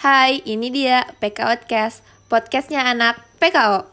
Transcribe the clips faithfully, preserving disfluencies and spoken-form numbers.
Hai, ini dia P K Outcast, podcastnya anak P K O.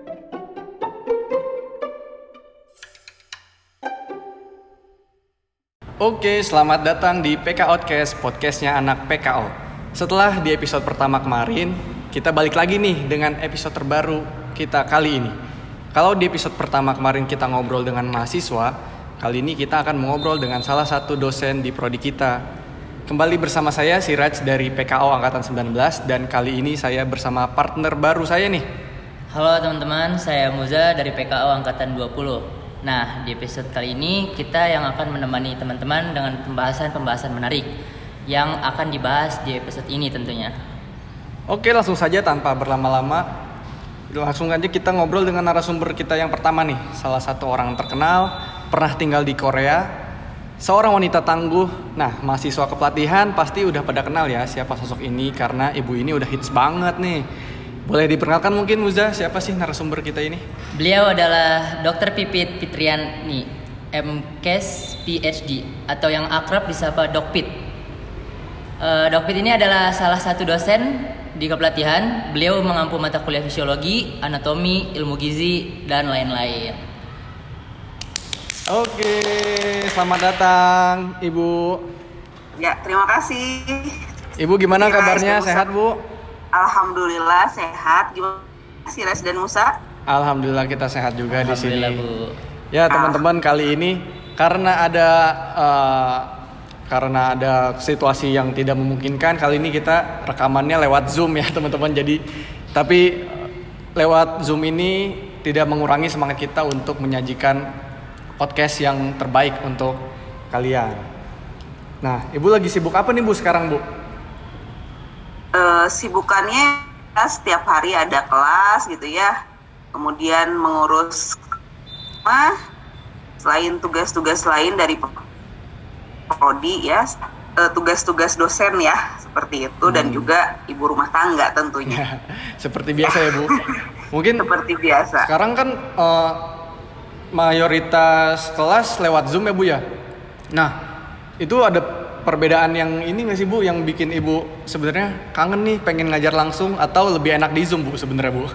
Oke, selamat datang di P K Outcast, podcastnya anak P K O. Setelah di episode pertama kemarin, kita balik lagi nih dengan episode terbaru kita kali ini. Kalau di episode pertama kemarin kita ngobrol dengan mahasiswa, kali ini kita akan mengobrol dengan salah satu dosen di prodi kita. Kembali bersama saya, Siraj dari P K O Angkatan sembilan belas, dan kali ini saya bersama partner baru saya nih. Halo teman-teman, saya Muza dari P K O Angkatan dua puluh. Nah, di episode kali ini kita yang akan menemani teman-teman dengan pembahasan-pembahasan menarik yang akan dibahas di episode ini tentunya. Oke, langsung saja tanpa berlama-lama, langsung aja kita ngobrol dengan narasumber kita yang pertama nih. Salah satu orang terkenal, pernah tinggal di Korea, seorang wanita tangguh. Nah, mahasiswa kepelatihan pasti udah pada kenal ya siapa sosok ini, karena ibu ini udah hits banget nih. Boleh diperkenalkan mungkin Muza, siapa sih narasumber kita ini? Beliau adalah dokter Pipit Fitriani, M Kes P H D atau yang akrab disapa Dok Pit. Uh, Dok Pit ini adalah salah satu dosen di kepelatihan. Beliau mengampu mata kuliah fisiologi, anatomi, ilmu gizi, dan lain-lain. Oke, selamat datang Ibu. Ya, terima kasih. Ibu gimana Ya, kabarnya? Musa. Sehat Bu? Alhamdulillah sehat. Gimana sih Res dan Musa? Alhamdulillah kita sehat juga di sini. Alhamdulillah, Bu. Ya teman-teman, kali ini karena ada uh, karena ada situasi yang tidak memungkinkan, kali ini kita rekamannya lewat Zoom ya teman-teman. Jadi tapi uh, lewat Zoom ini tidak mengurangi semangat kita untuk menyajikan podcast yang terbaik untuk kalian. Nah, Ibu lagi sibuk apa nih Bu sekarang Bu? Uh, sibukannya setiap hari ada kelas gitu ya. Kemudian mengurus rumah, selain tugas-tugas lain dari prodi ya, uh, tugas-tugas dosen ya seperti itu, hmm. dan juga ibu rumah tangga tentunya. Seperti biasa ya Bu. Mungkin seperti biasa. Sekarang kan uh, mayoritas kelas lewat Zoom ya Bu ya. Nah, itu ada perbedaan yang ini nggak sih Bu, yang bikin Ibu sebenarnya kangen nih pengen ngajar langsung, atau lebih enak di Zoom Bu sebenarnya Bu?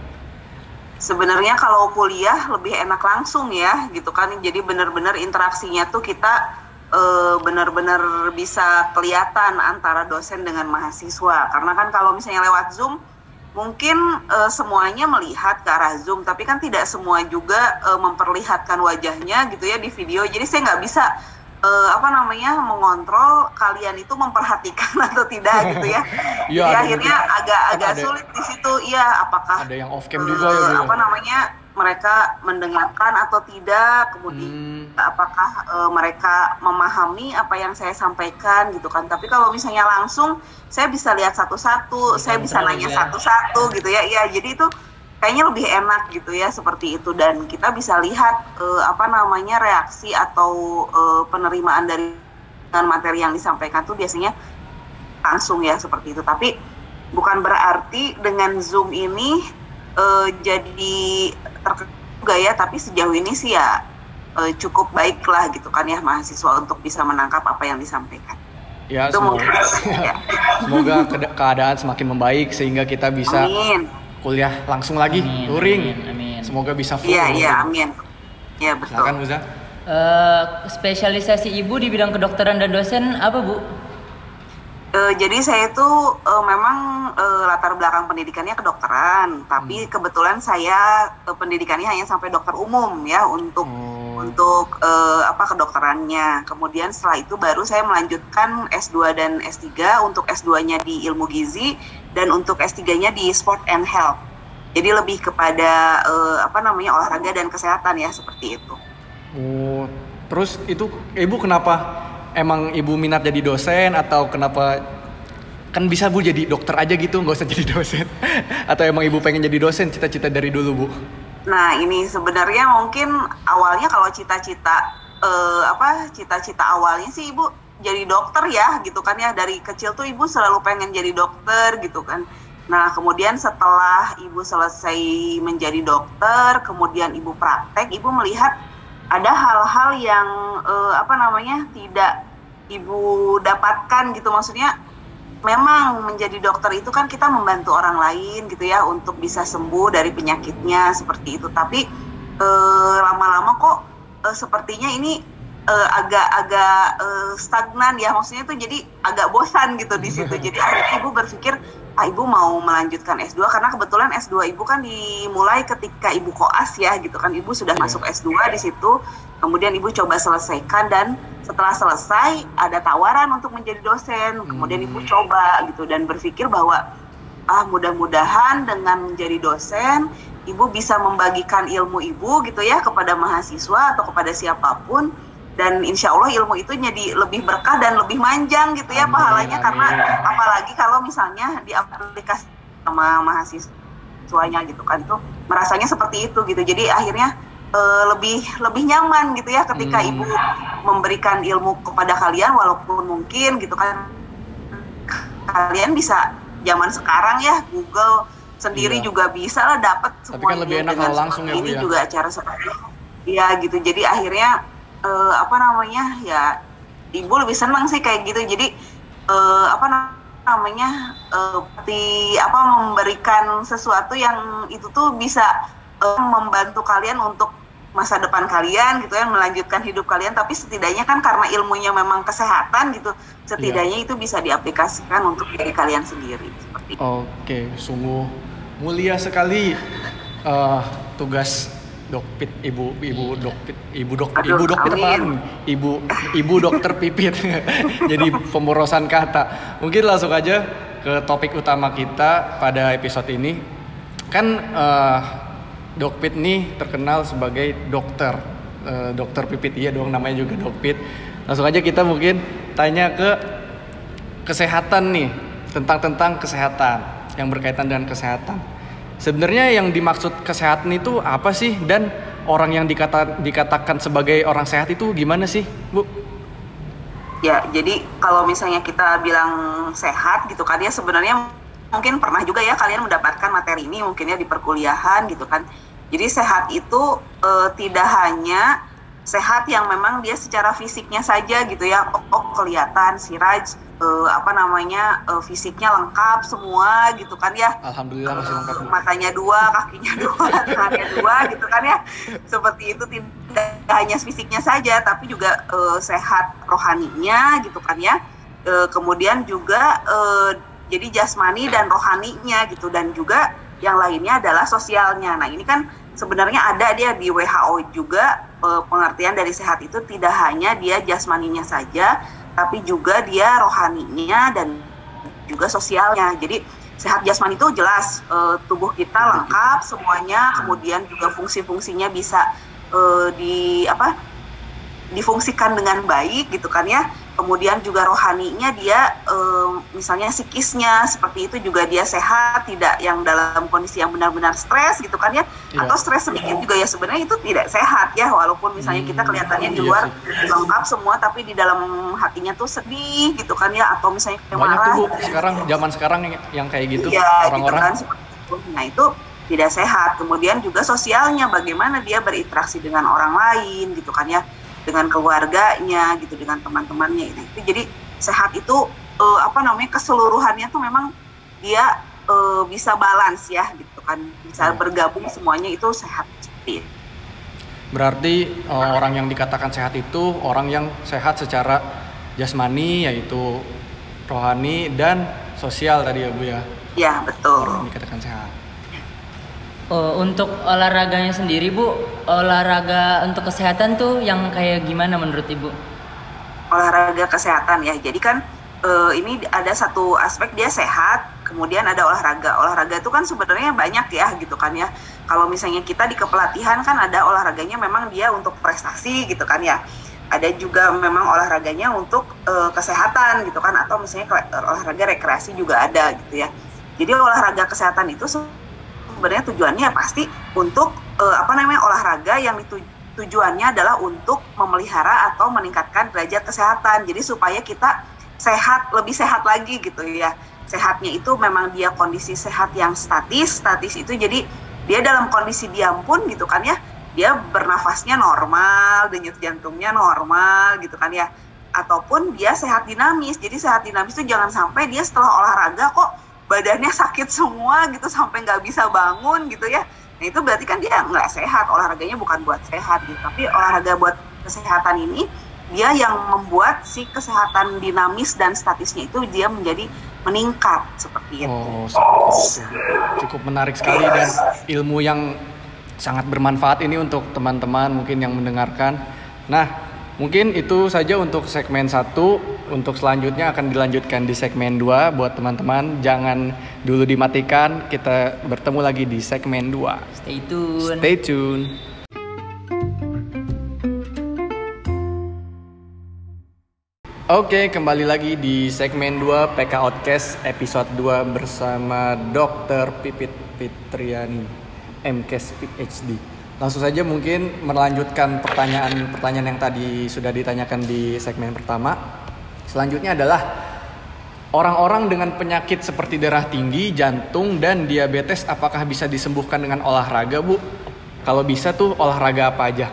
Sebenarnya kalau kuliah lebih enak langsung ya gitu kan, jadi benar-benar interaksinya tuh kita e, benar-benar bisa kelihatan antara dosen dengan mahasiswa. Karena kan kalau misalnya lewat Zoom mungkin e, semuanya melihat ke arah Zoom, tapi kan tidak semua juga e, memperlihatkan wajahnya gitu ya di video. Jadi saya nggak bisa Uh, apa namanya mengontrol kalian itu memperhatikan atau tidak gitu ya. Ya, jadi akhirnya agak-agak sulit di situ. Iya, apakah ada yang off cam uh, juga ya Bu? Apa namanya mereka mendengarkan atau tidak, kemudian hmm. apakah uh, mereka memahami apa yang saya sampaikan gitu kan. Tapi kalau misalnya langsung saya bisa lihat satu-satu, saya bisa nanya ya. satu-satu gitu ya. Iya, jadi itu kayaknya lebih enak gitu ya seperti itu, dan kita bisa lihat uh, apa namanya reaksi atau uh, penerimaan dari dengan materi yang disampaikan tuh biasanya langsung ya seperti itu. Tapi bukan berarti dengan Zoom ini uh, jadi terganggu ya, tapi sejauh ini sih ya uh, cukup baik lah gitu kan ya mahasiswa untuk bisa menangkap apa yang disampaikan. Ya, itu semoga, ya. Semoga keadaan semakin membaik sehingga kita bisa Amin. kuliah langsung lagi, amin, luring. Amin, amin. Semoga bisa full. Iya, iya, amin. Iya, betul. Silakan Muza. Uh, spesialisasi Ibu di bidang kedokteran dan dosen apa Bu? Uh, jadi saya itu uh, memang uh, latar belakang pendidikannya kedokteran, tapi hmm. kebetulan saya uh, pendidikannya hanya sampai dokter umum ya untuk hmm. untuk uh, apa kedokterannya. Kemudian setelah itu baru saya melanjutkan S dua dan S tiga, untuk S dua-nya di ilmu gizi dan untuk S tiga-nya di sport and health. Jadi lebih kepada uh, apa namanya olahraga dan kesehatan ya seperti itu. Oh, terus itu Ibu kenapa emang Ibu minat jadi dosen, atau kenapa kan bisa Bu jadi dokter aja gitu, nggak usah jadi dosen? Atau emang Ibu pengen jadi dosen cita-cita dari dulu Bu? Nah ini sebenarnya mungkin awalnya kalau cita-cita uh, apa cita-cita awalnya sih Ibu jadi dokter ya gitu kan ya, dari kecil tuh Ibu selalu pengen jadi dokter gitu kan. Nah kemudian setelah Ibu selesai menjadi dokter, kemudian Ibu praktek, Ibu melihat ada hal-hal yang uh, apa namanya tidak Ibu dapatkan gitu, maksudnya memang menjadi dokter itu kan kita membantu orang lain gitu ya untuk bisa sembuh dari penyakitnya seperti itu. Tapi eh, lama-lama kok eh, sepertinya ini eh, agak-agak eh, stagnan ya, maksudnya tuh jadi agak bosan gitu di situ. Jadi akhirnya ibu berpikir, ah ibu mau melanjutkan S dua karena kebetulan S dua ibu kan dimulai ketika ibu koas ya gitu kan, ibu sudah yeah. masuk S dua di situ, kemudian ibu coba selesaikan dan setelah selesai ada tawaran untuk menjadi dosen, kemudian ibu coba gitu dan berpikir bahwa ah mudah-mudahan dengan menjadi dosen ibu bisa membagikan ilmu ibu gitu ya kepada mahasiswa atau kepada siapapun. Dan insya Allah ilmu itu jadi lebih berkah dan lebih manjang gitu ya amin, pahalanya amin. Karena apalagi kalau misalnya diaplikasi sama mahasiswanya gitu kan, itu merasanya seperti itu gitu. Jadi akhirnya e, lebih lebih nyaman gitu ya ketika hmm. ibu memberikan ilmu kepada kalian, walaupun mungkin gitu kan kalian bisa zaman sekarang ya Google sendiri iya. juga bisa lah dapat semuanya. Tapi kan lebih enak kalau langsung ya Bu ya. Ini juga acara seperti iya gitu. Jadi akhirnya Uh, apa namanya ya ibu lebih senang sih kayak gitu. Jadi uh, apa namanya uh, di apa memberikan sesuatu yang itu tuh bisa uh, membantu kalian untuk masa depan kalian gitu ya, melanjutkan hidup kalian. Tapi setidaknya kan karena ilmunya memang kesehatan gitu, setidaknya iya. itu bisa diaplikasikan untuk diri kalian sendiri seperti. Oke, sungguh mulia sekali uh, tugas Dokpit, ibu ibu dokpit, ibu dok, Aduh, ibu dokter apaan? Ibu ibu dokter Pipit. Jadi pemborosan kata. Mungkin langsung aja ke topik utama kita pada episode ini. Kan uh, Dokpit nih terkenal sebagai dokter, uh, dokter Pipit, iya dong namanya juga Dokpit. Langsung aja kita mungkin tanya ke kesehatan nih, tentang tentang kesehatan yang berkaitan dengan kesehatan. Sebenarnya yang dimaksud kesehatan itu apa sih, dan orang yang dikata, dikatakan sebagai orang sehat itu gimana sih, Bu? Ya, jadi kalau misalnya kita bilang sehat gitu kan ya, sebenarnya mungkin pernah juga ya kalian mendapatkan materi ini mungkin ya di perkuliahan gitu kan. Jadi sehat itu e, tidak hanya sehat yang memang dia secara fisiknya saja gitu ya, oh, oh kelihatan si Raj uh, apa namanya uh, fisiknya lengkap semua gitu kan ya. Alhamdulillah masih lengkap. Uh, matanya dua, kakinya dua, tangannya dua gitu kan ya. Seperti itu, tidak hanya fisiknya saja tapi juga uh, sehat rohaninya gitu kan ya. Uh, kemudian juga uh, jadi jasmani dan rohaninya gitu, dan juga yang lainnya adalah sosialnya. Nah ini kan sebenarnya ada dia di W H O juga, pengertian dari sehat itu tidak hanya dia jasmaninya saja, tapi juga dia rohaninya dan juga sosialnya. Jadi sehat jasmani itu jelas e, tubuh kita lengkap semuanya, kemudian juga fungsi-fungsinya bisa e, di apa difungsikan dengan baik gitu kan ya. Kemudian juga rohaninya dia e, misalnya psikisnya seperti itu juga dia sehat, tidak yang dalam kondisi yang benar-benar stres gitu kan ya, ya. Atau stres sedikit juga ya sebenarnya itu tidak sehat ya, walaupun misalnya kita kelihatannya di luar iya lengkap semua tapi di dalam hatinya tuh sedih gitu kan ya, atau misalnya banyak marah. Tuh Bu, sekarang zaman sekarang yang kayak gitu ya, orang-orang gitu kan, nah itu tidak sehat. Kemudian juga sosialnya, bagaimana dia berinteraksi dengan orang lain gitu kan ya, dengan keluarganya gitu, dengan teman-temannya. Nah, itu jadi sehat itu uh, apa namanya keseluruhannya tuh memang dia uh, bisa balance ya gitu kan, bisa hmm. bergabung semuanya, itu sehat seperti itu. Berarti uh, orang yang dikatakan sehat itu orang yang sehat secara jasmani, yaitu rohani dan sosial tadi ya Bu ya. Ya betul. Orang yang dikatakan sehat. Oh, untuk olahraganya sendiri Bu, olahraga untuk kesehatan tuh yang kayak gimana menurut Ibu? Olahraga kesehatan ya, jadi kan e, ini ada satu aspek dia sehat, kemudian ada olahraga. Olahraga itu kan sebenarnya banyak ya gitu kan ya. Kalau misalnya kita di kepelatihan kan ada olahraganya memang dia untuk prestasi gitu kan ya. Ada juga memang olahraganya untuk e, kesehatan gitu kan, atau misalnya olahraga rekreasi juga ada gitu ya. Jadi olahraga kesehatan itu sebenarnya tujuannya pasti untuk uh, apa namanya olahraga yang itu tujuannya adalah untuk memelihara atau meningkatkan derajat kesehatan. Jadi supaya kita sehat, lebih sehat lagi gitu ya. Sehatnya itu memang dia kondisi sehat yang statis. Statis itu jadi dia dalam kondisi diam pun gitu kan ya, dia bernafasnya normal, denyut jantungnya normal gitu kan ya. ataupun dia sehat dinamis. Jadi sehat dinamis itu jangan sampai dia setelah olahraga kok badannya sakit semua gitu sampai nggak bisa bangun gitu ya. Nah itu berarti kan dia nggak sehat, olahraganya bukan buat sehat gitu. Tapi olahraga buat kesehatan ini dia yang membuat si kesehatan dinamis dan statisnya itu dia menjadi meningkat seperti itu. Oh, seperti itu. Cukup menarik sekali dan ilmu yang sangat bermanfaat ini untuk teman-teman mungkin yang mendengarkan. Nah, mungkin itu saja untuk segmen satu. Untuk selanjutnya akan dilanjutkan di segmen dua. Buat teman-teman jangan dulu dimatikan. Kita bertemu lagi di segmen dua. Stay tune. Stay tune. Oke, kembali lagi di segmen dua P K Outcast episode dua bersama dokter Pipit Fitriani, M Kes P H D. Langsung saja mungkin melanjutkan pertanyaan-pertanyaan yang tadi sudah ditanyakan di segmen pertama. Selanjutnya adalah orang-orang dengan penyakit seperti darah tinggi, jantung, dan diabetes apakah bisa disembuhkan dengan olahraga, Bu? Kalau bisa tuh olahraga apa aja?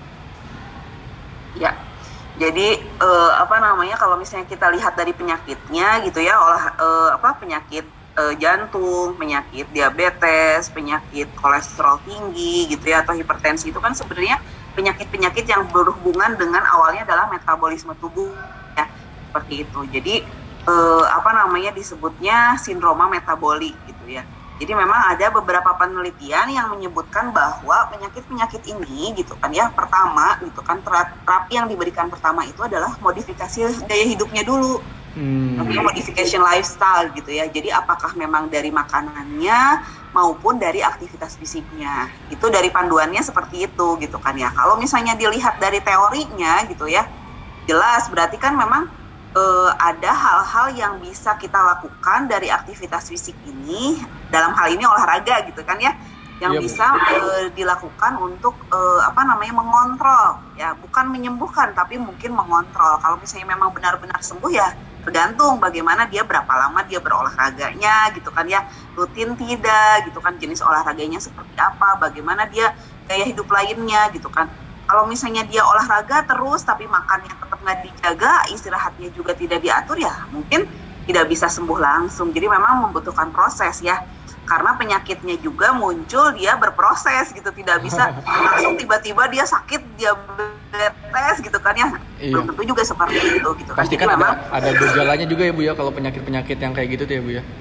Ya, jadi eh, apa namanya kalau misalnya kita lihat dari penyakitnya gitu ya, olah eh, apa penyakit eh, jantung, penyakit diabetes, penyakit kolesterol tinggi gitu ya atau hipertensi itu kan sebenarnya penyakit-penyakit yang berhubungan dengan awalnya adalah metabolisme tubuh ya. Seperti itu. Jadi eh, apa namanya disebutnya sindroma metabolik gitu ya. Jadi memang ada beberapa penelitian yang menyebutkan bahwa penyakit-penyakit ini gitu kan ya, pertama gitu kan terapi yang diberikan pertama itu adalah modifikasi gaya hidupnya dulu. Hmm. Namanya modification lifestyle gitu ya. Jadi apakah memang dari makanannya maupun dari aktivitas fisiknya. Itu dari panduannya seperti itu gitu kan ya. Kalau misalnya dilihat dari teorinya gitu ya, jelas berarti kan memang Uh, ada hal-hal yang bisa kita lakukan dari aktivitas fisik ini dalam hal ini olahraga gitu kan ya yang yep. bisa uh, dilakukan untuk uh, apa namanya mengontrol ya bukan menyembuhkan tapi mungkin mengontrol. Kalau misalnya memang benar-benar sembuh ya tergantung bagaimana dia berapa lama dia berolahraganya gitu kan ya, rutin tidak gitu kan, jenis olahraganya seperti apa, bagaimana dia gaya hidup lainnya gitu kan. Kalau misalnya dia olahraga terus tapi makannya tetap nggak dijaga, istirahatnya juga tidak diatur ya mungkin tidak bisa sembuh langsung. Jadi memang membutuhkan proses ya. Karena penyakitnya juga muncul dia berproses gitu, tidak bisa langsung tiba-tiba dia sakit diabetes gitu kan ya. Iya. Belum tentu juga seperti itu gitu. Pasti kan ada ada gejalanya juga ya Bu ya kalau penyakit-penyakit yang kayak gitu tuh ya Bu ya.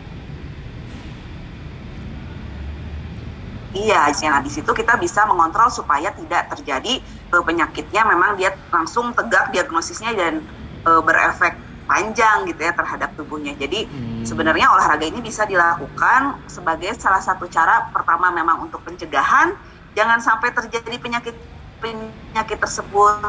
Iya, nah di situ kita bisa mengontrol supaya tidak terjadi e, penyakitnya memang dia langsung tegak diagnosisnya dan e, berefek panjang gitu ya terhadap tubuhnya. Jadi hmm. sebenarnya olahraga ini bisa dilakukan sebagai salah satu cara pertama memang untuk pencegahan, jangan sampai terjadi penyakit penyakit tersebut.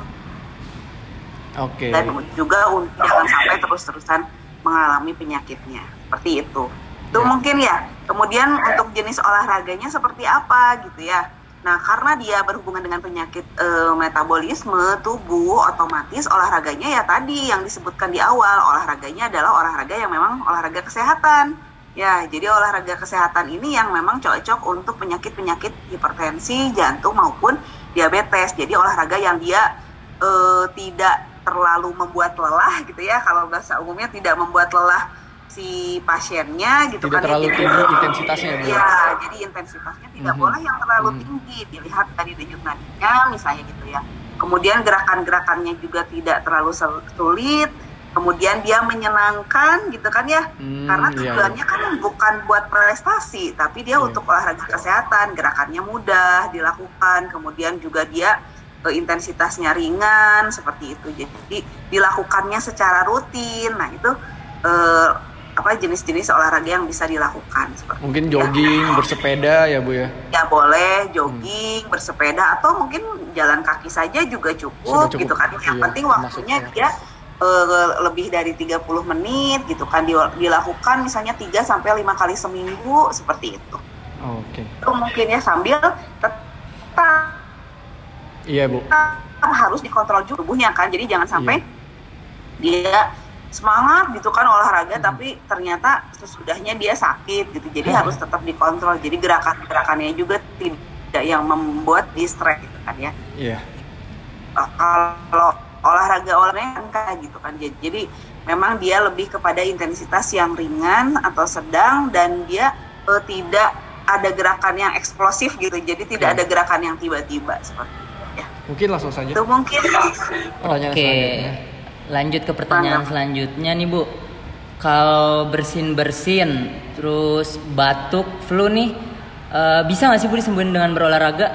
Oke. Okay. Dan juga untuk jangan sampai terus-terusan mengalami penyakitnya. Seperti itu. Itu ya. Mungkin ya. Kemudian untuk jenis olahraganya seperti apa gitu ya. Nah karena dia berhubungan dengan penyakit e, metabolisme tubuh, otomatis olahraganya ya tadi yang disebutkan di awal. Olahraganya adalah olahraga yang memang olahraga kesehatan. Ya jadi olahraga kesehatan ini yang memang cocok untuk penyakit-penyakit hipertensi, jantung maupun diabetes. Jadi olahraga yang dia e, tidak terlalu membuat lelah gitu ya. Kalau bahasa umumnya tidak membuat lelah si pasiennya gitu tidak kan terlalu ya, tinggi intensitasnya ya, ya jadi intensitasnya tidak mm-hmm. boleh yang terlalu mm-hmm. tinggi, dilihat dari denyut nadinya misalnya gitu ya. Kemudian gerakan-gerakannya juga tidak terlalu sulit, kemudian dia menyenangkan gitu kan ya, mm, karena tujuannya yeah. kan bukan buat prestasi tapi dia yeah. untuk olahraga kesehatan, gerakannya mudah dilakukan, kemudian juga dia intensitasnya ringan seperti itu, jadi dilakukannya secara rutin. Nah itu eh, apa jenis-jenis olahraga yang bisa dilakukan seperti mungkin jogging, ya. Bersepeda ya Bu ya? Ya boleh jogging, hmm. bersepeda atau mungkin jalan kaki saja juga cukup, cukup. gitu kan. Yang iya, penting waktunya masuk, dia uh, lebih dari tiga puluh menit gitu kan dilakukan misalnya tiga sampai lima kali seminggu seperti itu. Oh, Oke. Okay. Itu mungkin ya sambil tetap Iya Bu. harus dikontrol juga tubuhnya kan. Jadi jangan sampai iya. dia semangat gitu kan olahraga hmm. tapi ternyata sesudahnya dia sakit gitu. Jadi hmm. harus tetap dikontrol. Jadi gerakan-gerakannya juga tidak yang membuat di stres gitu kan ya. Iya. Uh, kalau olahraga olahraga gitu kan. Jadi memang dia lebih kepada intensitas yang ringan atau sedang, dan dia uh, tidak ada gerakan yang eksplosif gitu. Jadi tidak ada gerakan yang tiba-tiba seperti itu ya. Mungkin langsung saja. Itu mungkin. Oke. Okay. Lanjut ke pertanyaan Mantap. selanjutnya nih Bu. Kalau bersin-bersin terus batuk, flu nih uh, bisa nggak sih Bu disembuhin dengan berolahraga?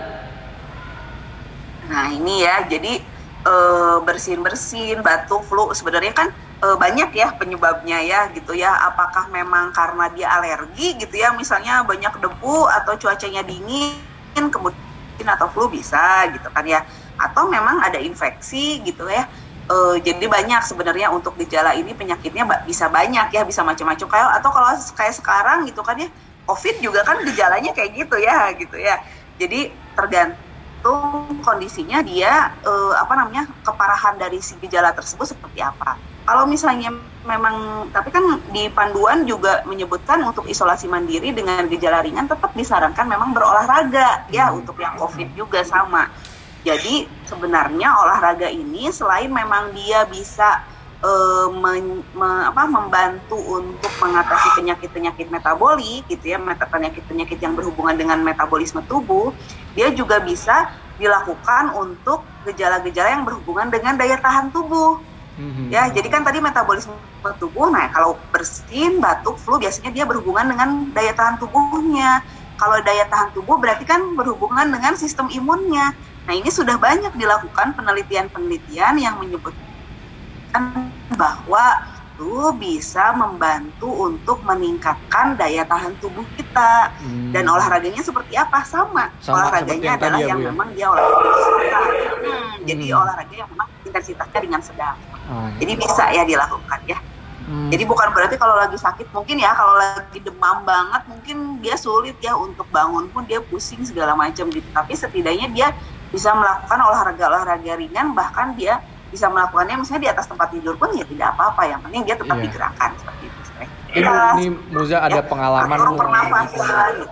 Nah ini ya, jadi e, bersin-bersin, batuk, flu sebenarnya kan e, banyak ya penyebabnya ya gitu ya. Apakah memang karena dia alergi gitu ya, misalnya banyak debu atau cuacanya dingin, kemudian atau flu bisa gitu kan ya. Atau memang ada infeksi gitu ya. E, jadi banyak sebenarnya untuk gejala ini, penyakitnya bisa banyak ya, bisa macam-macam. Kayak atau kalau kayak sekarang gitu kan ya, COVID juga kan gejalanya kayak gitu ya gitu ya. Jadi tergantung itu kondisinya dia eh, apa namanya keparahan dari si gejala tersebut seperti apa. Kalau misalnya memang, tapi kan di panduan juga menyebutkan untuk isolasi mandiri dengan gejala ringan tetap disarankan memang berolahraga ya, untuk yang COVID juga sama. Jadi sebenarnya olahraga ini selain memang dia bisa eh, men, me, apa, membantu untuk mengatasi penyakit-penyakit metabolik gitu ya, penyakit-penyakit yang berhubungan dengan metabolisme tubuh, dia juga bisa dilakukan untuk gejala-gejala yang berhubungan dengan daya tahan tubuh. Mm-hmm. Ya, jadi kan tadi metabolisme tubuh, nah kalau bersin, batuk, flu biasanya dia berhubungan dengan daya tahan tubuhnya. Kalau daya tahan tubuh berarti kan berhubungan dengan sistem imunnya. Nah ini sudah banyak dilakukan penelitian-penelitian yang menyebutkan bahwa itu bisa membantu untuk meningkatkan daya tahan tubuh kita. Hmm. Dan olahraganya seperti apa? Sama, Sama olahraganya yang adalah yang ya, memang dia olahraga sedang. Hmm, hmm. Jadi olahraga yang memang intensitasnya ringan sedang. Oh, ya. Jadi bisa ya dilakukan ya. Hmm. Jadi bukan berarti kalau lagi sakit, mungkin ya kalau lagi demam banget mungkin dia sulit ya untuk bangun pun, dia pusing segala macam gitu. Tapi setidaknya dia bisa melakukan olahraga-olahraga ringan, bahkan dia bisa melakukannya misalnya di atas tempat tidur pun ya tidak apa-apa, yang penting dia tetap yeah. digerakkan seperti itu. Ibu, ini Muza ada ya, pengalaman Bu? Gitu.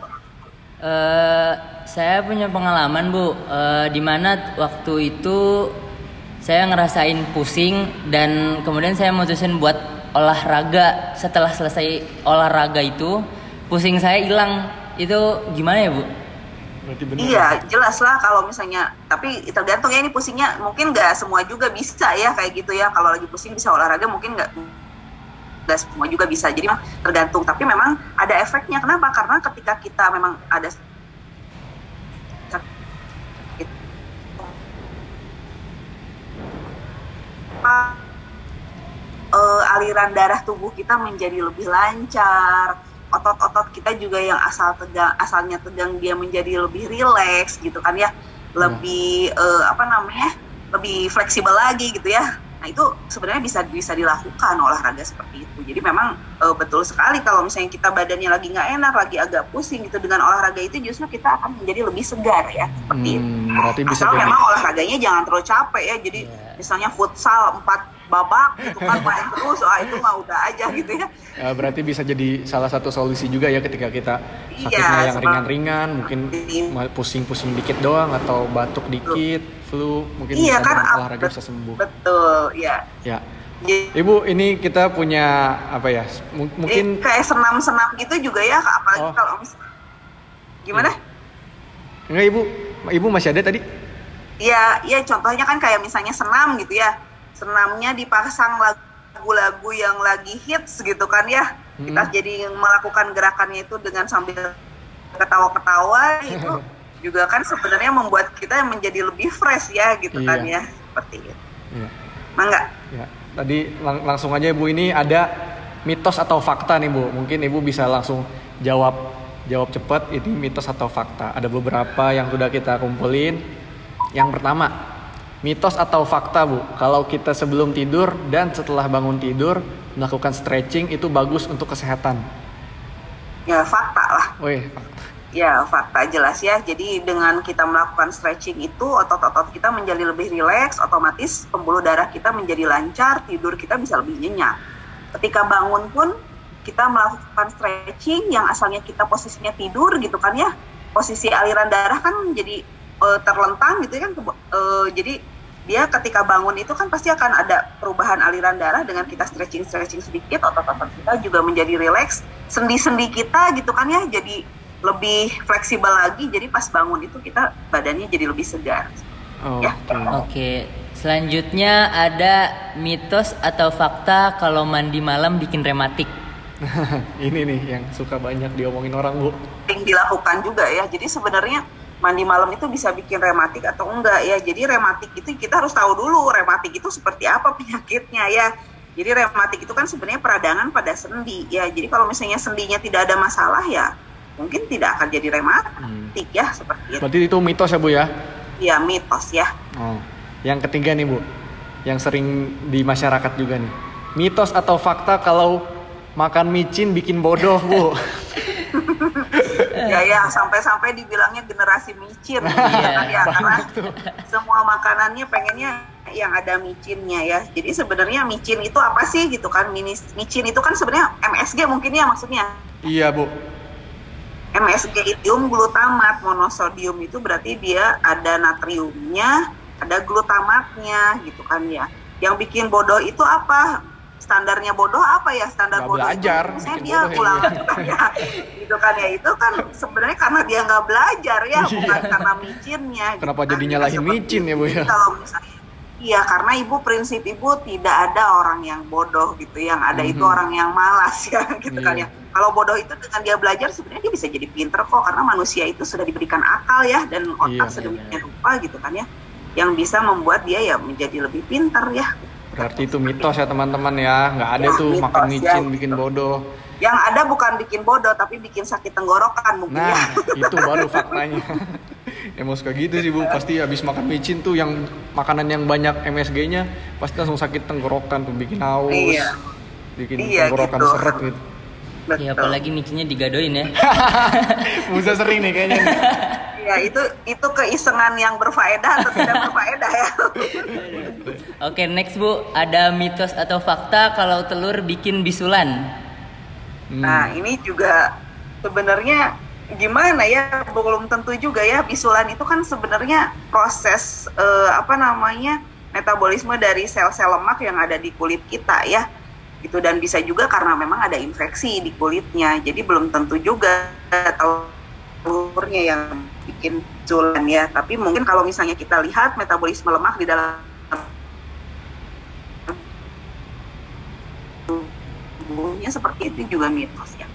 Uh, saya punya pengalaman Bu, uh, di mana waktu itu saya ngerasain pusing dan kemudian saya mutusin buat olahraga. Setelah selesai olahraga itu pusing saya hilang. Itu gimana ya Bu? Iya, jelas lah kalau misalnya, tapi tergantung ya, ini pusingnya mungkin nggak semua juga bisa ya kayak gitu ya. Kalau lagi pusing bisa olahraga, mungkin nggak nggak semua juga bisa. Jadi memang tergantung, tapi memang ada efeknya. Kenapa? Karena ketika kita memang ada uh, aliran darah tubuh kita menjadi lebih lancar. Otot-otot kita juga yang asal tegang, asalnya tegang, dia menjadi lebih rileks gitu kan ya, lebih hmm. uh, apa namanya, lebih fleksibel lagi gitu ya. Nah itu sebenarnya bisa bisa dilakukan olahraga seperti itu. Jadi memang uh, betul sekali kalau misalnya kita badannya lagi nggak enak, lagi agak pusing gitu, dengan olahraga itu justru kita akan menjadi lebih segar ya seperti hmm, itu. Berarti bisa asal memang olahraganya jangan terlalu capek ya. Jadi yeah. misalnya futsal empat babak gitu kan, main terus, ah itu mah udah aja gitu ya. Ya, berarti bisa jadi salah satu solusi juga ya ketika kita sakitnya iya, yang ringan-ringan, mungkin pusing-pusing dikit doang atau batuk dikit, flu, mungkin iya, bisa kan, olahraga bisa sembuh. Betul, ya. Ya. Ibu, ini kita punya apa ya? M- mungkin ini kayak senam-senam gitu juga ya, apalagi oh. kalau misalnya gimana? Enggak, Ibu. Ibu masih ada tadi? Iya, iya, contohnya kan kayak misalnya senam gitu ya. Senamnya dipasang lagu-lagu yang lagi hits gitu kan ya. Hmm. Kita jadi melakukan gerakannya itu dengan sambil ketawa-ketawa itu juga kan sebenarnya membuat kita menjadi lebih fresh ya gitu iya. kan ya. Seperti itu. Iya. Mangga. Ya. Tadi lang- langsung aja Ibu, ini ada mitos atau fakta nih Bu. Mungkin Ibu bisa langsung jawab jawab cepat, ini mitos atau fakta. Ada beberapa yang sudah kita kumpulin. Yang pertama, mitos atau fakta Bu, kalau kita sebelum tidur dan setelah bangun tidur melakukan stretching itu bagus untuk kesehatan? Ya fakta lah. Wih, fakta. Ya fakta jelas ya. Jadi dengan kita melakukan stretching itu otot-otot kita menjadi lebih rileks, otomatis pembuluh darah kita menjadi lancar, tidur kita bisa lebih nyenyak. Ketika bangun pun kita melakukan stretching yang asalnya kita posisinya tidur gitu kan ya, posisi aliran darah kan jadi uh, terlentang gitu kan, uh, jadi dia ketika bangun itu kan pasti akan ada perubahan aliran darah dengan kita stretching-stretching sedikit, otot-otot kita juga menjadi rileks, sendi-sendi kita gitu kan ya jadi lebih fleksibel lagi, jadi pas bangun itu kita badannya jadi lebih segar. Oh, ya. okay. Oke, okay. Selanjutnya ada mitos atau fakta kalau mandi malam bikin rematik. Ini nih yang suka banyak diomongin orang, Bu. Yang dilakukan juga ya, jadi sebenarnya mandi malam itu bisa bikin rematik atau enggak ya. Jadi rematik itu kita harus tahu dulu rematik itu seperti apa penyakitnya ya. Jadi rematik itu kan sebenarnya peradangan pada sendi ya. Jadi kalau misalnya sendinya tidak ada masalah ya mungkin tidak akan jadi rematik hmm. ya seperti itu. Berarti itu mitos ya Bu ya? Iya mitos ya. Oh. Yang ketiga nih Bu, yang sering di masyarakat juga nih. Mitos atau fakta kalau makan micin bikin bodoh Bu? Ya ya sampai-sampai dibilangnya generasi micin gitu kan ya, karena semua makanannya pengennya yang ada micinnya ya. Jadi sebenarnya micin itu apa sih gitu kan? Micin itu kan sebenarnya M S G mungkin ya maksudnya. Iya Bu. M S G itu glutamat monosodium, itu berarti dia ada natriumnya, ada glutamatnya gitu kan ya. Yang bikin bodoh itu apa? Standarnya bodoh apa ya? Standar gak bodoh belajar, itu misalnya dia pulang ya. ya, gitu kan ya. Itu kan sebenarnya karena dia nggak belajar ya, bukan karena micinnya. Kenapa gitu jadi kan. nyalahin micin ya Bu ya? Kalau misalnya, iya karena ibu prinsip ibu tidak ada orang yang bodoh gitu, yang ada mm-hmm. itu orang yang malas ya, gitu yeah. kan ya. Kalau bodoh itu dengan dia belajar sebenarnya dia bisa jadi pinter kok, karena manusia itu sudah diberikan akal ya dan otak yeah, sedemikian rupa gitu kan ya, yang bisa membuat dia ya menjadi lebih pinter ya. Berarti itu mitos ya teman-teman ya, nggak ada ya, tuh mitos, makan micin ya, bikin bodoh. Yang ada bukan bikin bodoh, tapi bikin sakit tenggorokan mungkin nah, ya. Nah, itu baru faktanya. Emang suka gitu sih Bu, pasti habis makan micin tuh yang makanan yang banyak M S G-nya pasti langsung sakit tenggorokan tuh, bikin haus, iya. bikin iya, tenggorokan gitu. seret gitu. Betul. Ya apalagi micinnya digadoin ya. Bisa sering nih kayaknya nih. Ya itu itu keisengan yang berfaedah atau tidak berfaedah ya. Oke, next Bu, ada mitos atau fakta kalau telur bikin bisulan. Hmm. Nah, ini juga sebenarnya gimana ya, belum tentu juga ya. Bisulan itu kan sebenarnya proses eh, apa namanya metabolisme dari sel-sel lemak yang ada di kulit kita ya. Gitu, dan bisa juga karena memang ada infeksi di kulitnya. Jadi belum tentu juga telurnya yang bikin bisulan ya. Tapi mungkin kalau misalnya kita lihat metabolisme lemak di dalam tubuhnya seperti itu juga mitos ya.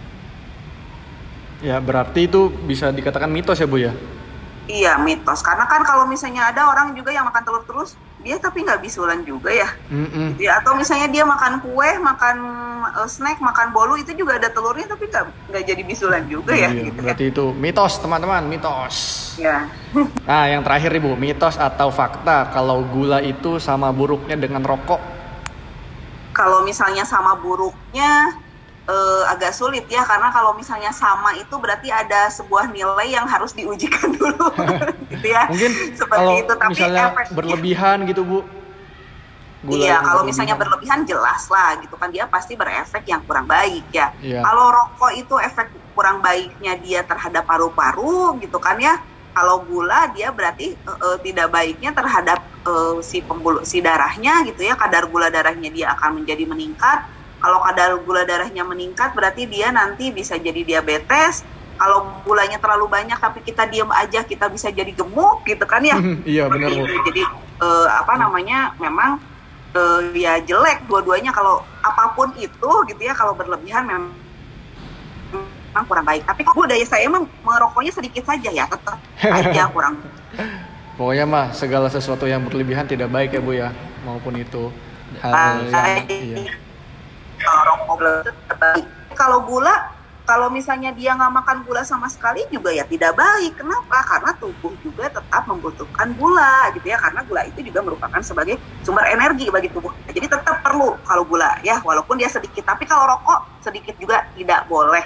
Ya berarti itu bisa dikatakan mitos ya Bu ya? Iya mitos, karena kan kalau misalnya ada orang juga yang makan telur terus dia tapi nggak bisulan juga ya. Mm-mm. Gitu ya. Atau misalnya dia makan kue, makan uh, snack, makan bolu itu juga ada telurnya tapi nggak nggak jadi bisulan juga ya. Iya, gitu berarti ya. Itu mitos teman-teman, mitos. Ya. Nah yang terakhir Ibu, mitos atau fakta kalau gula itu sama buruknya dengan rokok? Kalau misalnya sama buruknya eh, agak sulit ya, karena kalau misalnya sama itu berarti ada sebuah nilai yang harus diujikan dulu. Gitu ya. Mungkin seperti kalau itu, tapi misalnya efeknya, berlebihan gitu Bu. Gula iya, kalau berlebihan. misalnya berlebihan jelas lah gitu kan, dia pasti berefek yang kurang baik ya. Iya. Kalau rokok itu efek kurang baiknya dia terhadap paru-paru gitu kan ya. Kalau gula dia berarti uh, uh, tidak baiknya terhadap uh, si pembuluh si darahnya gitu ya, kadar gula darahnya dia akan menjadi meningkat. Kalau kadar gula darahnya meningkat berarti dia nanti bisa jadi diabetes. Kalau gulanya terlalu banyak tapi kita diam aja kita bisa jadi gemuk gitu kan ya. Iya benar Bu. Jadi uh, apa namanya memang uh, ya jelek dua-duanya kalau apapun itu gitu ya, kalau berlebihan memang memang kurang baik. Tapi kok budaya saya emang merokoknya sedikit saja ya, tetap aja kurang. Pokoknya mah segala sesuatu yang berlebihan tidak baik ya Bu ya, maupun itu hal yang iya. Kalau rokok tetap baik. Kalau gula, kalau misalnya dia nggak makan gula sama sekali juga ya tidak baik. Kenapa? Karena tubuh juga tetap membutuhkan gula gitu ya, karena gula itu juga merupakan sebagai sumber energi bagi tubuh. Jadi tetap perlu kalau gula ya, walaupun dia sedikit. Tapi kalau rokok sedikit juga tidak boleh.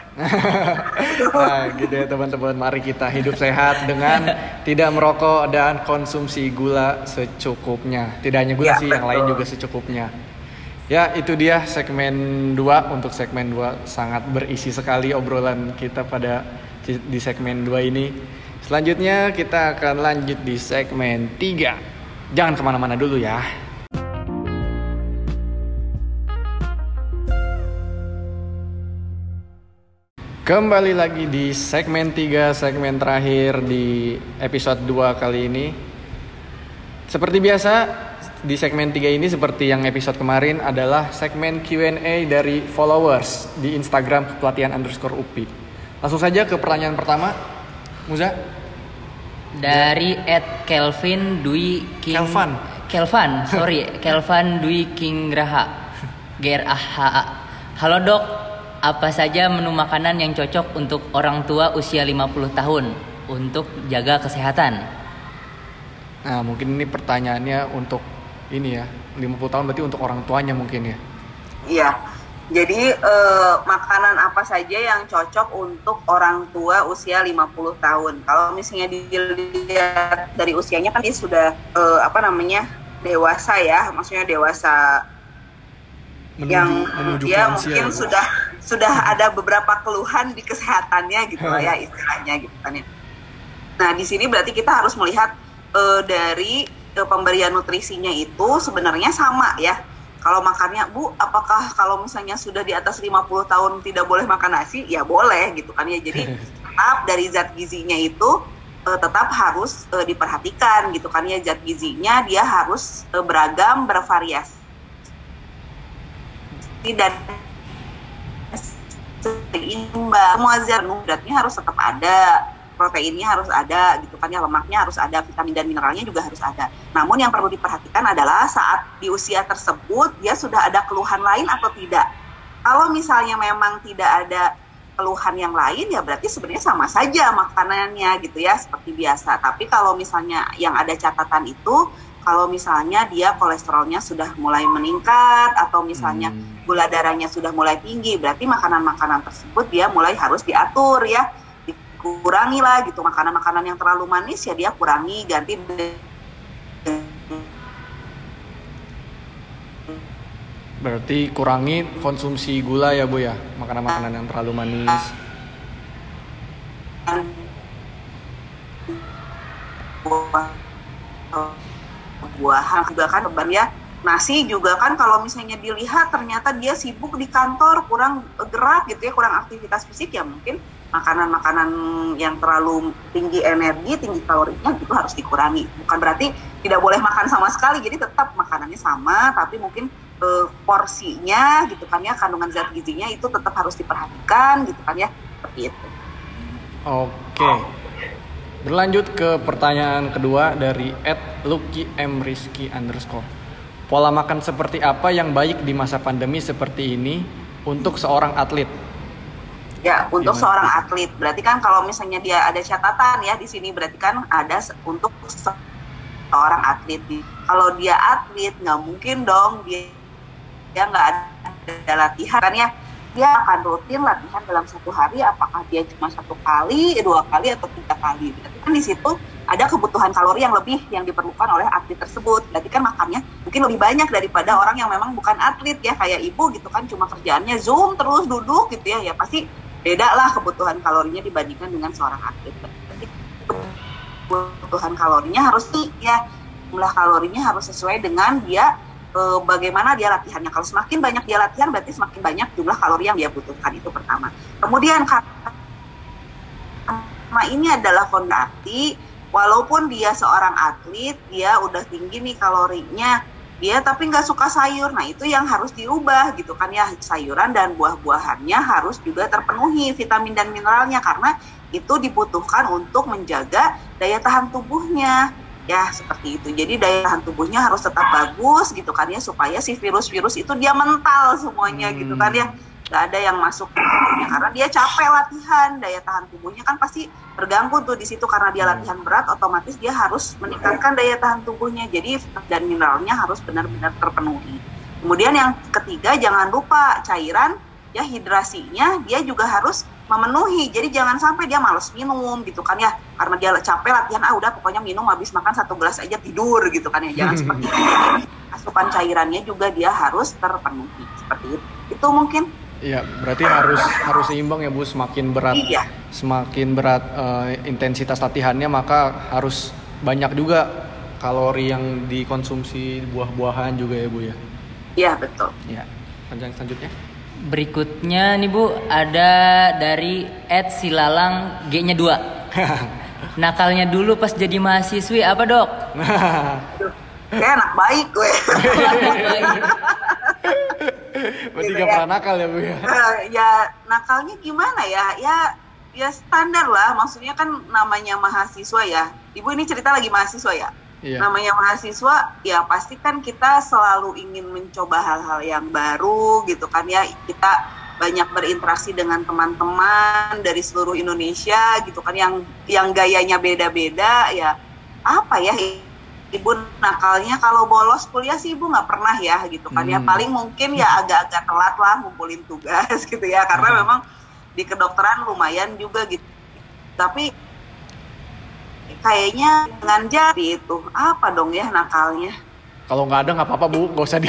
Nah gitu ya teman-teman, mari kita hidup sehat dengan tidak merokok dan konsumsi gula secukupnya. Tidak hanya gula ya, sih, betul. Yang lain juga secukupnya. Ya itu dia segmen dua. Untuk segmen dua sangat berisi sekali obrolan kita pada di segmen dua ini. Selanjutnya kita akan lanjut di segmen tiga. Jangan kemana-mana dulu ya. Kembali lagi di segmen tiga, segmen terakhir di episode dua kali ini. Seperti biasa, di segmen tiga ini seperti yang episode kemarin adalah segmen Q and A dari followers di Instagram kepelatihan underscore U P I. Langsung saja ke pertanyaan pertama, Muza. Dari at Kelvin Dwi King Kelvan. Kelvan, sorry, Kelvan Dwi King Graha. G R A H A. Halo dok, apa saja menu makanan yang cocok untuk orang tua usia lima puluh tahun untuk jaga kesehatan? Nah, mungkin ini pertanyaannya untuk ini ya, lima puluh tahun berarti untuk orang tuanya mungkin ya. Iya. Jadi eh, makanan apa saja yang cocok untuk orang tua usia lima puluh tahun? Kalau misalnya dilihat dari usianya kan dia sudah eh, apa namanya? dewasa ya, maksudnya dewasa Menuju, yang menuju dia lansia, mungkin ya. sudah sudah ada beberapa keluhan di kesehatannya gitu lah ya istilahnya gitu kan ya. Nah di sini berarti kita harus melihat e, dari e, pemberian nutrisinya itu sebenarnya sama ya. Kalau makannya, Bu, apakah kalau misalnya sudah di atas lima puluh tahun tidak boleh makan nasi? Ya boleh gitu kan ya. Jadi tetap dari zat gizinya itu e, tetap harus e, diperhatikan gitu kan ya. Zat gizinya dia harus e, beragam, bervariasi dan seimbang. Semua zat nutrisinya harus tetap ada, proteinnya harus ada gitu kan ya, lemaknya harus ada, vitamin dan mineralnya juga harus ada. Namun yang perlu diperhatikan adalah saat di usia tersebut dia sudah ada keluhan lain atau tidak. Kalau misalnya memang tidak ada keluhan yang lain ya berarti sebenarnya sama saja makanannya gitu ya seperti biasa. Tapi kalau misalnya yang ada catatan itu kalau misalnya dia kolesterolnya sudah mulai meningkat atau misalnya hmm. gula darahnya sudah mulai tinggi, berarti makanan-makanan tersebut dia mulai harus diatur ya, dikurangi lah gitu. Makanan-makanan yang terlalu manis ya dia kurangi, ganti. Berarti kurangi konsumsi gula ya Bu ya, makanan-makanan yang terlalu manis. Buahan juga kan beban ya. Nasi juga kan kalau misalnya dilihat ternyata dia sibuk di kantor, kurang gerak gitu ya, kurang aktivitas fisik ya mungkin makanan-makanan yang terlalu tinggi energi, tinggi kalorinya itu harus dikurangi. Bukan berarti tidak boleh makan sama sekali, jadi tetap makanannya sama tapi mungkin eh, porsinya gitu kan ya, kandungan zat gizinya itu tetap harus diperhatikan gitu kan ya, seperti itu. Oke. Berlanjut ke pertanyaan kedua dari at lucky m rizky underscore. Pola makan seperti apa yang baik di masa pandemi seperti ini untuk seorang atlet? Ya, untuk Gimana? seorang atlet. Berarti kan kalau misalnya dia ada catatan ya di sini berarti kan ada se- untuk seorang atlet. Kalau dia atlet nggak mungkin dong dia dia nggak ada latihan kan ya. Dia akan rutin latihan dalam satu hari, apakah dia cuma satu kali, dua kali, atau tiga kali. Berarti kan di situ ada kebutuhan kalori yang lebih yang diperlukan oleh atlet tersebut. Berarti kan makannya mungkin lebih banyak daripada orang yang memang bukan atlet ya, kayak ibu gitu kan, cuma kerjaannya Zoom terus duduk gitu ya, ya pasti beda lah kebutuhan kalorinya dibandingkan dengan seorang atlet. Berarti kebutuhan kalorinya harus nih ya, jumlah kalorinya harus sesuai dengan dia bagaimana dia latihannya. Kalau semakin banyak dia latihan berarti semakin banyak jumlah kalori yang dia butuhkan, itu pertama. Kemudian karena ini adalah fondasi, walaupun dia seorang atlet, dia udah tinggi nih kalorinya, dia tapi nggak suka sayur. Nah itu yang harus diubah gitu kan ya, sayuran dan buah-buahannya harus juga terpenuhi vitamin dan mineralnya karena itu dibutuhkan untuk menjaga daya tahan tubuhnya. Ya seperti itu. Jadi daya tahan tubuhnya harus tetap bagus gitu kan ya, supaya si virus-virus itu dia mental semuanya hmm. gitu kan ya, nggak ada yang masuk ke tubuhnya karena dia capek latihan, daya tahan tubuhnya kan pasti terganggu tuh di situ karena dia latihan berat, otomatis dia harus meningkatkan daya tahan tubuhnya. Jadi dan mineralnya harus benar-benar terpenuhi. Kemudian yang ketiga, jangan lupa cairan ya, hidrasinya dia juga harus memenuhi. Jadi jangan sampai dia malas minum gitu kan ya, karena dia capek latihan, ah udah pokoknya minum habis makan satu gelas aja tidur gitu kan ya, jangan seperti itu. Asupan cairannya juga dia harus terpenuhi seperti itu. Itu mungkin. Iya, berarti harus harus seimbang ya Bu, semakin berat iya. semakin berat uh, intensitas latihannya maka harus banyak juga kalori yang dikonsumsi buah-buahan juga ya Bu ya? Iya betul. Ya, panjang selanjutnya. Berikutnya nih Bu, ada dari Ed Silalang G-nya dua. Nakalnya dulu pas jadi mahasiswi apa Dok? Kayak anak baik gue. Berarti Gitu gak ya. pernah nakal ya Bu ya? Eh, ya nakalnya gimana ya? Ya ya standar lah. Maksudnya kan namanya mahasiswa ya. Ibu ini cerita lagi mahasiswa ya. Iya. Namanya mahasiswa ya pasti kan kita selalu ingin mencoba hal-hal yang baru gitu kan ya. Kita banyak berinteraksi dengan teman-teman dari seluruh Indonesia gitu kan yang yang gayanya beda-beda ya. Apa ya Ibu nakalnya kalau bolos kuliah sih Ibu nggak pernah ya gitu kan ya. Hmm. Paling mungkin ya agak-agak telat lah ngumpulin tugas gitu ya. Karena Hmm. memang di kedokteran lumayan juga gitu. Tapi kayaknya dengan jadi itu apa dong ya nakalnya? Kalau nggak ada nggak apa-apa Bu, nggak usah di.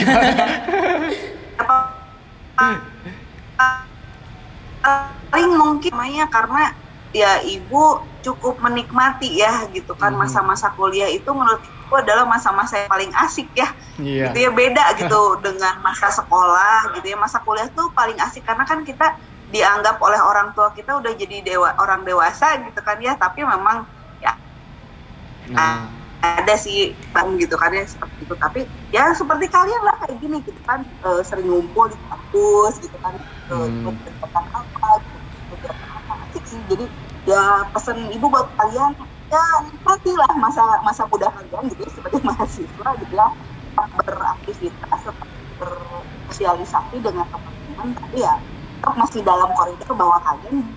Paling mungkin namanya karena ya Ibu cukup menikmati ya gitu kan. Hmm. Masa-masa kuliah itu menurut Ibu adalah masa-masa yang paling asik ya. Iya. Gitu ya, beda gitu dengan masa sekolah gitu ya. Masa kuliah tuh paling asik karena kan kita dianggap oleh orang tua kita udah jadi dewa orang dewasa gitu kan ya. Tapi memang ya Nah, ada sih bang gitu kan ya seperti itu. Tapi ya seperti kalian lah kayak gini gitu kan, e, sering ngumpul di kampus gitu kan, Hmm. untuk bertentang apa gitu, gitu apa asik sih. Jadi ya pesan Ibu buat kalian ya nikmatilah masa masa muda kalian gitu ya, sebagai mahasiswa gitu ya, beraktivitas, bersosialisasi dengan teman-teman, tapi ya tetap masih dalam koridor bahwa kalian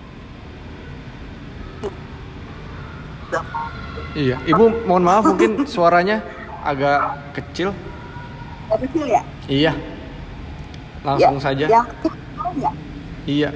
iya. Ibu mohon maaf mungkin suaranya agak kecil. kecil ya. Iya. Langsung ya, saja. Yang kecil ya. Iya.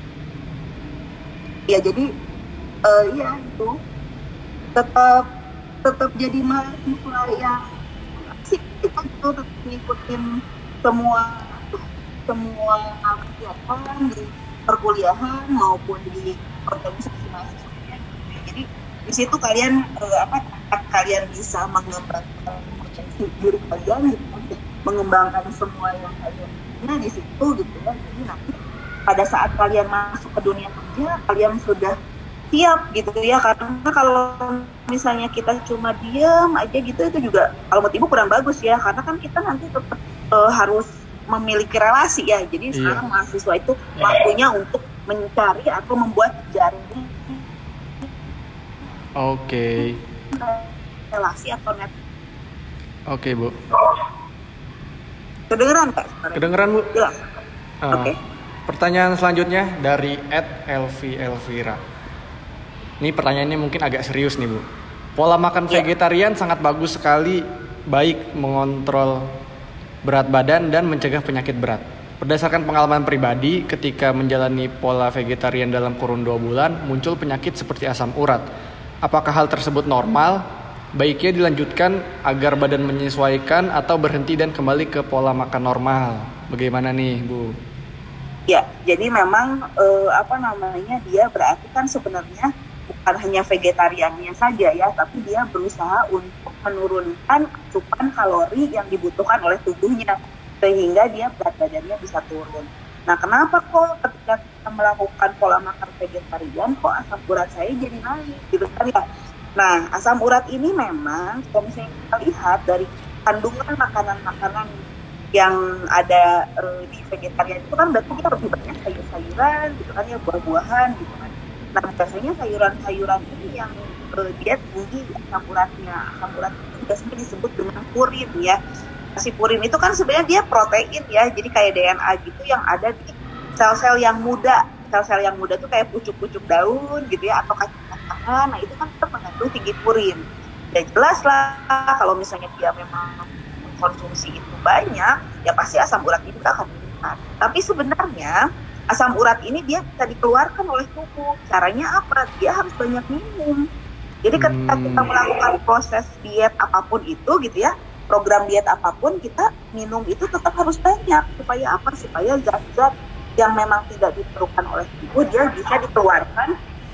Ya jadi uh, ya itu tetap tetap jadi mahasiswa yang asik kita gitu, tetap ngikutin semua semua kegiatan di perkuliahan maupun di organisasi mahasiswa. Jadi di situ kalian uh, apa kalian bisa mengembangkan potensi diri kalian gitu, mengembangkan semua yang kalian punya di situ gitu ya. Jadi nanti pada saat kalian masuk ke dunia kerja kalian sudah siap gitu ya, karena kalau misalnya kita cuma diam aja gitu itu juga kalau menurut Ibu kurang bagus ya, karena kan kita nanti tetap uh, harus memiliki relasi ya. Jadi iya. Sekarang mahasiswa itu waktunya untuk mencari atau membuat jaringan Oke. relasi atau net. Oke Bu. Kedengeran Kak? Kedengeran Bu? Jelas. Uh, Oke. Pertanyaan selanjutnya dari Ed Elvi Elvira. Ini pertanyaannya mungkin agak serius nih Bu. Pola makan Ya. vegetarian sangat bagus sekali, baik mengontrol berat badan dan mencegah penyakit berat. Berdasarkan pengalaman pribadi, ketika menjalani pola vegetarian dalam kurun dua bulan, muncul penyakit seperti asam urat. Apakah hal tersebut normal? Baiknya dilanjutkan agar badan menyesuaikan atau berhenti dan kembali ke pola makan normal. Bagaimana nih Bu? Ya, jadi memang eh, apa namanya dia berarti kan sebenarnya bukan hanya vegetariannya saja ya, tapi dia berusaha untuk menurunkan asupan kalori yang dibutuhkan oleh tubuhnya sehingga dia berat badannya bisa turun. Nah, kenapa kok ketika kita melakukan pola makan vegetarian kok asam urat saya jadi naik gitu kan ya? Nah, asam urat ini memang kalau misalnya kita lihat dari kandungan makanan-makanan yang ada uh, di vegetarian itu kan berarti kita lebih banyak sayur-sayuran gitu kan ya, buah-buahan gitu kan. Nah, biasanya sayuran-sayuran ini yang uh, dia tinggi asam uratnya. Asam urat itu biasanya disebut dengan purin ya. Si purin itu kan sebenarnya dia protein ya, jadi kayak D N A gitu yang ada di sel-sel yang muda. Sel-sel yang muda tuh kayak pucuk-pucuk daun gitu ya, atau kacang-kacangan. Nah, itu kan tetap mengandung tinggi purin. Ya jelas lah kalau misalnya dia memang konsumsi itu banyak, ya pasti asam urat itu akan meningkat. Tapi sebenarnya asam urat ini dia bisa dikeluarkan oleh tubuh. Caranya apa? Dia harus banyak minum. Jadi ketika Hmm. kita melakukan proses diet apapun itu gitu ya, program diet apapun, kita minum itu tetap harus banyak. Supaya apa? Supaya zat-zat yang memang tidak diperlukan oleh tubuh dia bisa dikeluarkan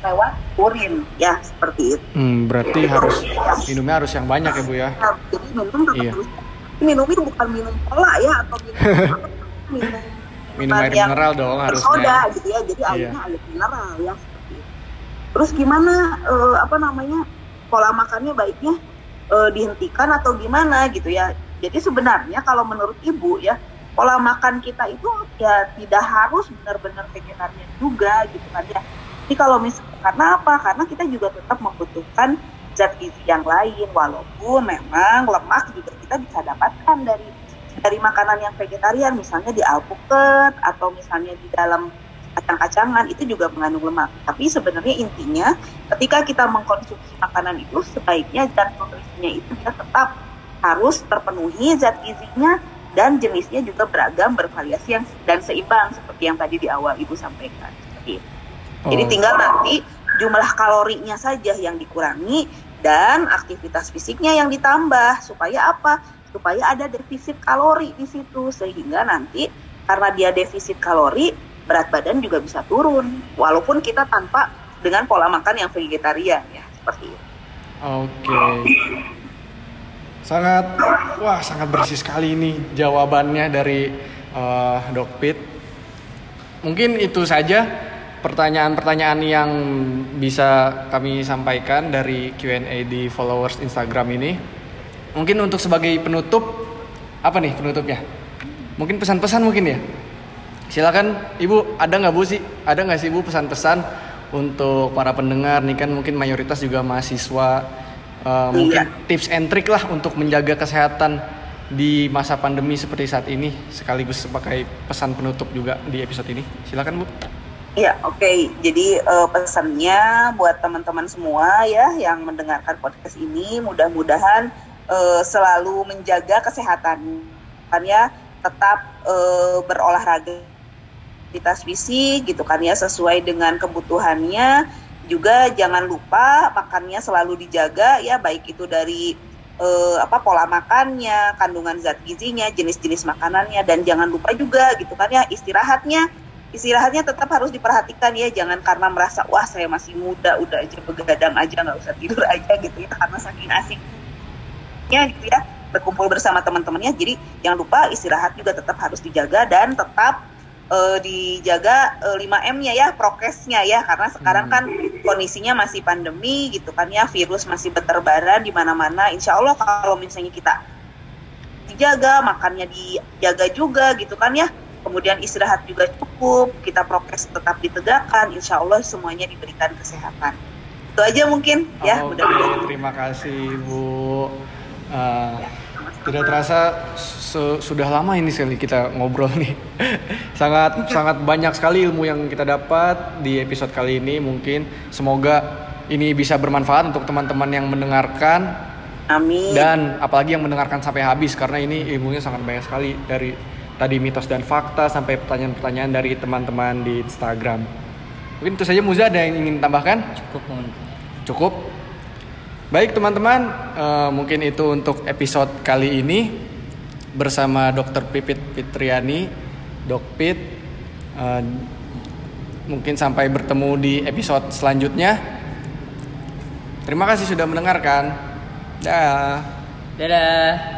lewat urin ya, seperti itu. Hmm, berarti harus minumnya harus yang banyak ya Bu ya. Jadi minum tetap Iya. harus minumnya bukan minum cola ya atau minum apa, minum Minum air yang mineral dong harusnya. bersoda gitu ya, jadi Iya. airnya air mineral ya seperti itu. Terus gimana eh, apa namanya pola makannya baiknya eh, dihentikan atau gimana gitu ya. Jadi sebenarnya kalau menurut ibu ya, pola makan kita itu ya tidak harus benar-benar vegetarian juga gitu kan ya. Jadi kalau misalnya karena apa? Karena kita juga tetap membutuhkan zat gizi yang lain, walaupun memang lemak juga kita bisa dapatkan dari dari makanan yang vegetarian, misalnya di alpukat atau misalnya di dalam kacang-kacangan itu juga mengandung lemak. Tapi sebenarnya intinya ketika kita mengkonsumsi makanan itu sebaiknya zat nutrisinya itu dia tetap harus terpenuhi, zat gizinya dan jenisnya juga beragam, bervariasi yang dan seimbang seperti yang tadi di awal Ibu sampaikan. Seperti itu. Jadi Oh. tinggal nanti jumlah kalorinya saja yang dikurangi dan aktivitas fisiknya yang ditambah supaya apa? Supaya ada defisit kalori di situ sehingga nanti karena dia defisit kalori berat badan juga bisa turun walaupun kita tanpa dengan pola makan yang vegetarian ya seperti itu. Oke. Sangat wah sangat bersih sekali ini jawabannya dari uh, Dok Pit. Mungkin itu saja pertanyaan-pertanyaan yang bisa kami sampaikan dari Q and A di followers Instagram ini. Mungkin untuk sebagai penutup, apa nih penutupnya? Mungkin pesan-pesan mungkin ya? Silakan Ibu, ada nggak Bu sih? Ada nggak sih Bu pesan-pesan untuk para pendengar nih kan mungkin mayoritas juga mahasiswa, uh, mungkin tips and trick lah untuk menjaga kesehatan di masa pandemi seperti saat ini, sekaligus sebagai pesan penutup juga di episode ini. Silakan Bu. Iya, oke. Okay. Jadi uh, pesannya buat teman-teman semua ya yang mendengarkan podcast ini, mudah-mudahan uh, selalu menjaga kesehatan, kan ya, tetap uh, berolahraga, aktivitas fisik gitu kan ya sesuai dengan kebutuhannya. Juga jangan lupa makannya selalu dijaga ya, baik itu dari uh, apa pola makannya, kandungan zat gizinya, jenis-jenis makanannya, dan jangan lupa juga gitu kan ya istirahatnya. Istirahatnya tetap harus diperhatikan ya, jangan karena merasa wah saya masih muda udah aja begadang aja nggak usah tidur aja gitu ya karena saking asiknya gitu ya berkumpul bersama teman-temannya. Jadi jangan lupa istirahat juga tetap harus dijaga dan tetap uh, dijaga uh, lima M-nya ya, prokesnya ya, karena sekarang kan kondisinya masih pandemi gitu kan ya, virus masih berterbaran di mana-mana. Insya Allah kalau misalnya kita dijaga, makannya dijaga juga gitu kan ya, kemudian istirahat juga cukup, kita prokes tetap ditegakkan, insya Allah semuanya diberikan kesehatan. Itu aja mungkin ya, Oh, mudah-mudahan. terima kasih Bu. Uh, tidak terasa su- sudah lama ini sekali kita ngobrol nih. sangat sangat banyak sekali ilmu yang kita dapat di episode kali ini. Mungkin semoga ini bisa bermanfaat untuk teman-teman yang mendengarkan. Amin. Dan apalagi yang mendengarkan sampai habis karena ini ilmunya sangat banyak sekali dari tadi mitos dan fakta sampai pertanyaan-pertanyaan dari teman-teman di Instagram. Mungkin itu saja. Muza, ada yang ingin tambahkan? Cukup mohon. Cukup. Baik teman-teman, uh, mungkin itu untuk episode kali ini bersama dokter Pipit Fitriani, Dok Pit. Uh, mungkin sampai bertemu di episode selanjutnya. Terima kasih sudah mendengarkan. Dah. Dadah.